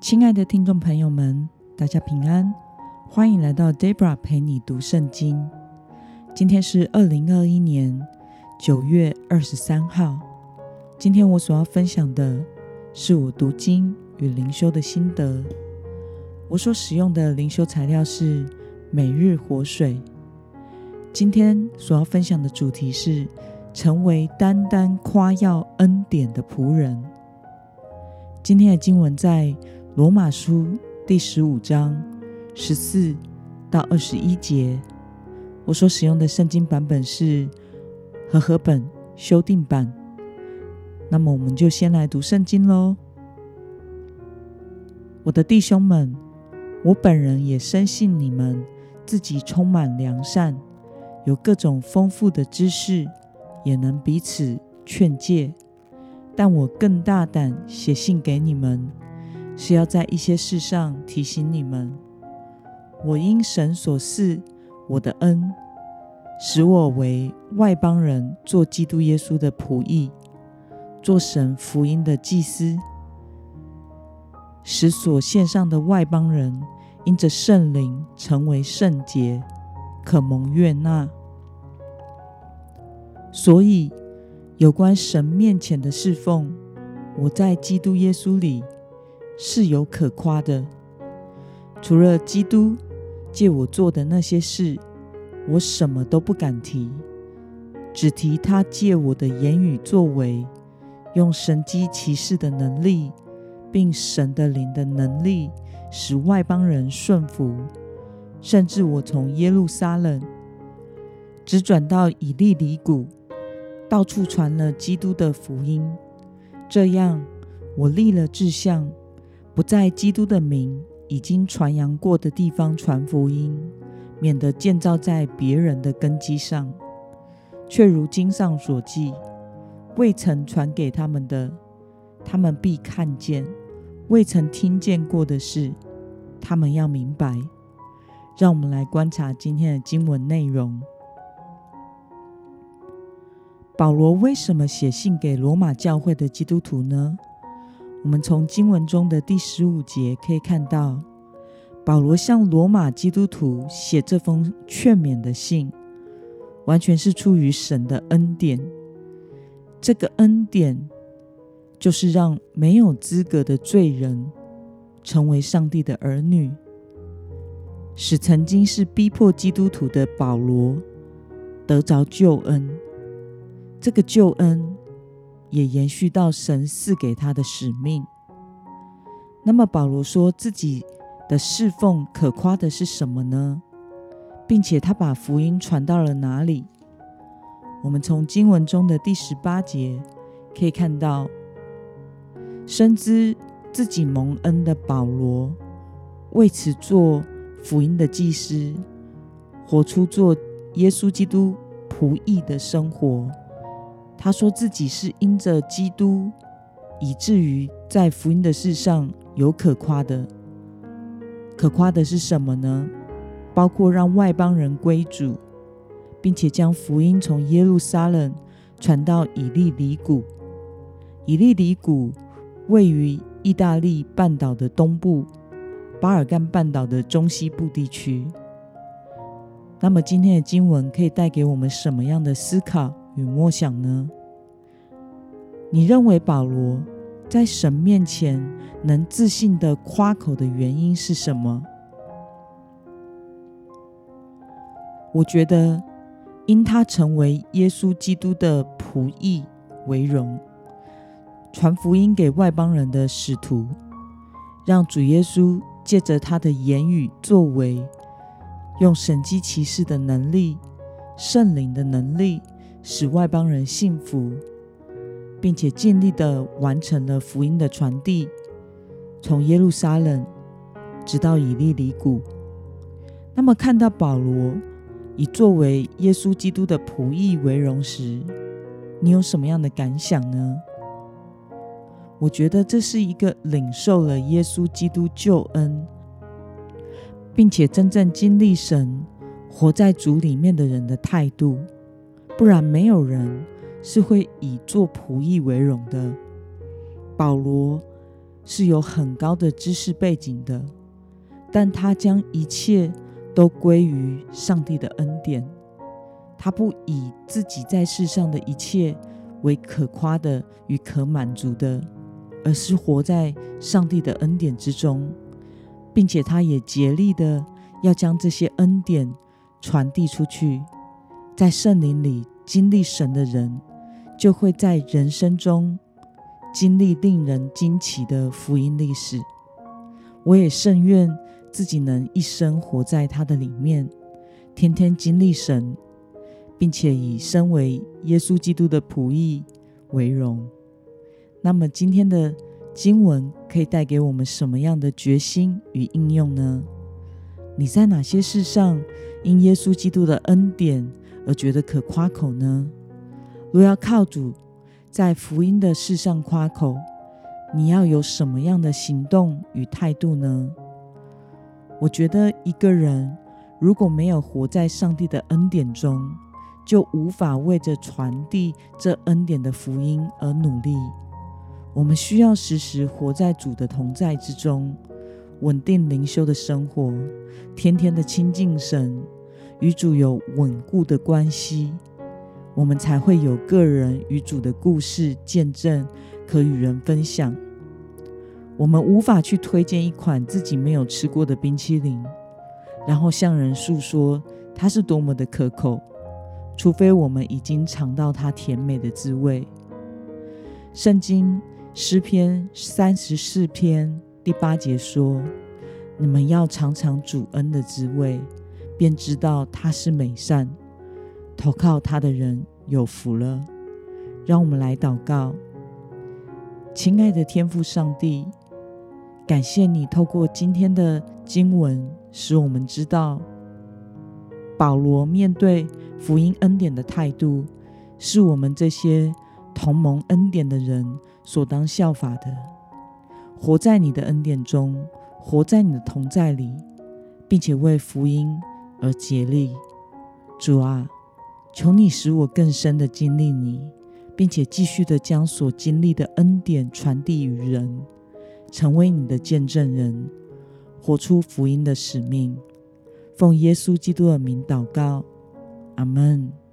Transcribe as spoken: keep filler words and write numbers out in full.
亲爱的听众朋友们，大家平安，欢迎来到 Debra 陪你读圣经。今天是二零二一年九月二十三号。今天我所要分享的是我读经与灵修的心得。我所使用的灵修材料是每日活水。今天所要分享的主题是成为单单夸耀恩典的仆人。今天的经文在罗马书第十五章十四到二十一节。我所使用的圣经版本是和合本修订版。那么我们就先来读圣经咯。我的弟兄们，我本人也深信你们自己充满良善，有各种丰富的知识，也能彼此劝诫。但我更大胆写信给你们，是要在一些事上提醒你们。我因神所赐我的恩，使我为外邦人做基督耶稣的仆役，做神福音的祭司，使所献上的外邦人因着圣灵成为圣洁，可蒙悦纳。所以有关神面前的侍奉，我在基督耶稣里是有可夸的。除了基督借我做的那些事，我什么都不敢提，只提他借我的言语作为，用神机骑士的能力，并神的灵的能力，使外邦人顺服。甚至我从耶路撒冷直转到以利里谷，到处传了基督的福音。这样我立了志向，不在基督的名已经传扬过的地方传福音，免得建造在别人的根基上。却如经上所记，未曾传给他们的，他们必看见；未曾听见过的事，他们要明白。让我们来观察今天的经文内容。保罗为什么写信给罗马教会的基督徒呢？我们从经文中的第十五节可以看到，保罗向罗马基督徒写这封劝勉的信，完全是出于神的恩典。这个恩典就是让没有资格的罪人成为上帝的儿女，使曾经是逼迫基督徒的保罗得着救恩。这个救恩也延续到神赐给他的使命。那么保罗说自己的侍奉可夸的是什么呢？并且他把福音传到了哪里？我们从经文中的第十八节可以看到，深知自己蒙恩的保罗为此做福音的祭司，活出做耶稣基督仆役的生活。他说自己是因着基督，以至于在福音的事上有可夸的。可夸的是什么呢？包括让外邦人归主，并且将福音从耶路撒冷传到以利里谷。以利里谷位于意大利半岛的东部，巴尔干半岛的中西部地区。那么今天的经文可以带给我们什么样的思考与默想呢？你认为保罗在神面前能自信的夸口的原因是什么？我觉得因他成为耶稣基督的仆役为荣，传福音给外邦人的使徒，让主耶稣借着他的言语作为，用神机骑士的能力，圣灵的能力，使外邦人信服，并且尽力地完成了福音的传递，从耶路撒冷直到以利里谷。那么看到保罗以作为耶稣基督的仆役为荣时，你有什么样的感想呢？我觉得这是一个领受了耶稣基督救恩，并且真正经历神活在主里面的人的态度。不然没有人是会以做仆役为荣的。保罗是有很高的知识背景的，但他将一切都归于上帝的恩典。他不以自己在世上的一切为可夸的与可满足的，而是活在上帝的恩典之中，并且他也竭力的要将这些恩典传递出去。在圣灵里经历神的人，就会在人生中经历令人惊奇的福音历史。我也甚愿自己能一生活在他的里面，天天经历神，并且以身为耶稣基督的仆役为荣。那么今天的经文可以带给我们什么样的决心与应用呢？你在哪些事上因耶稣基督的恩典而觉得可夸口呢？若要靠主在福音的事上夸口，你要有什么样的行动与态度呢？我觉得一个人如果没有活在上帝的恩典中，就无法为着传递这恩典的福音而努力。我们需要时时活在主的同在之中，稳定灵修的生活，天天的亲近神，与主有稳固的关系，我们才会有个人与主的故事见证可与人分享。我们无法去推荐一款自己没有吃过的冰淇淋，然后向人诉说它是多么的可口，除非我们已经尝到它甜美的滋味。圣经诗篇三十四篇第八节说，你们要尝尝主恩的滋味，便知道他是美善，投靠他的人有福了。让我们来祷告。亲爱的天父上帝，感谢你透过今天的经文，使我们知道保罗面对福音恩典的态度，是我们这些同蒙恩典的人所当效法的。活在你的恩典中，活在你的同在里，并且为福音而竭力。主啊，求你使我更深的经历你，并且继续的将所经历的恩典传递于人，成为你的见证人，活出福音的使命。奉耶稣基督的名祷告，阿们。